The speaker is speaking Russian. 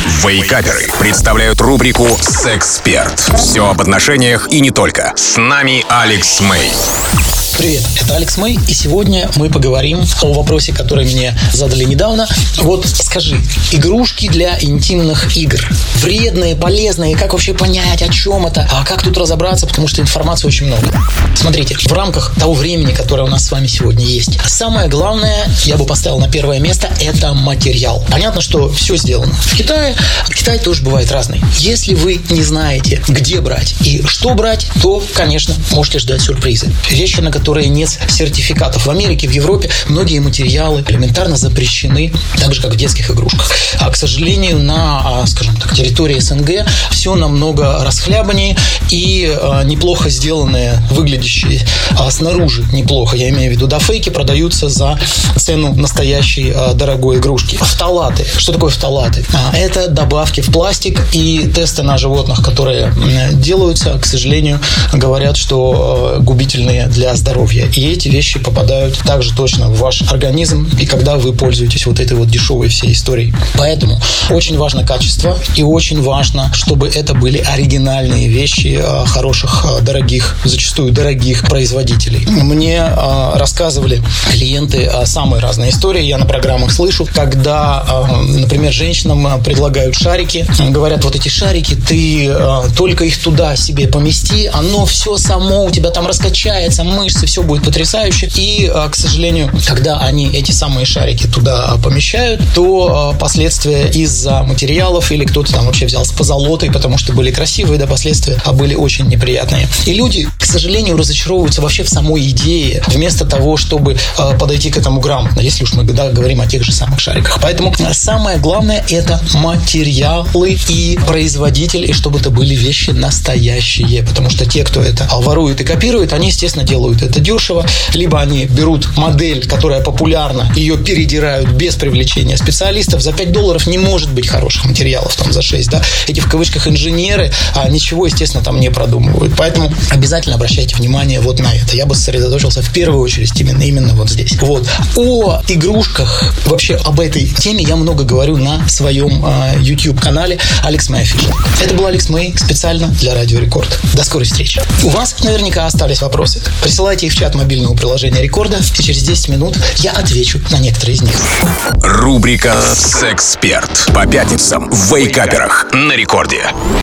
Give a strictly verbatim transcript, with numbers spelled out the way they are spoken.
Вейкаперы представляют рубрику «Сексперт». Все об отношениях и не только. С нами Алекс Мэй. Привет, это Алекс Мэй, и сегодня мы поговорим о вопросе, который мне задали недавно. Вот скажи, игрушки для интимных игр вредные, полезные, как вообще понять, о чем это, а как тут разобраться, потому что информации очень много. Смотрите, в рамках того времени, которое у нас с вами сегодня есть, самое главное, я бы поставил на первое место, это материал. Понятно, что все сделано в Китае, Китай тоже бывает разный. Если вы не знаете, где брать и что брать, то, конечно, можете ждать сюрпризы. Вещи, на которые которые нет сертификатов. В Америке, в Европе многие материалы элементарно запрещены, так же, как в детских игрушках. А, к сожалению, на, скажем так, территории СНГ все намного расхлябаннее и а, неплохо сделанные, выглядящие а, снаружи неплохо, я имею в виду, да, фейки продаются за цену настоящей а, дорогой игрушки. Фталаты. Что такое фталаты? А, это добавки в пластик, и тесты на животных, которые делаются, к сожалению, говорят, что а, губительные для здоровья. И эти вещи попадают также точно в ваш организм, и когда вы пользуетесь вот этой вот дешевой всей историей. Поэтому очень важно качество, и очень важно, чтобы это были оригинальные вещи хороших, дорогих, зачастую дорогих производителей. Мне рассказывали клиенты самые разные истории, я на программах слышу, когда, например, женщинам предлагают шарики, говорят, вот эти шарики, ты только их туда себе помести, оно все само у тебя там раскачается, мышцы, все будет потрясающе. И, к сожалению, когда они эти самые шарики туда помещают, то последствия из-за материалов, или кто-то там вообще взял с позолотой, потому что были красивые, да, последствия были очень неприятные. И люди, к сожалению, разочаровываются вообще в самой идее, вместо того, чтобы подойти к этому грамотно, если уж мы, да, говорим о тех же самых шариках. Поэтому самое главное – это материалы и производитель, и чтобы это были вещи настоящие, потому что те, кто это ворует и копирует, они, естественно, делают это дешево, либо они берут модель, которая популярна, ее передирают без привлечения специалистов. За пять долларов не может быть хороших материалов, там за шесть, да. Эти, в кавычках, инженеры а, ничего, естественно, там не продумывают. Поэтому обязательно обращайте внимание вот на это. Я бы сосредоточился в первую очередь именно, именно вот здесь. Вот. О игрушках, вообще об этой теме я много говорю на своем а, YouTube-канале Алекс Мэй Офишиал. Это был Алекс Мэй специально для Радио Рекорд. До скорой встречи. У вас наверняка остались вопросы. Присылайте их в чат мобильного приложения Рекорда, и через десять минут я отвечу на некоторые из них. Рубрика «Сексперт» по пятницам в Вейкаперах на Рекорде.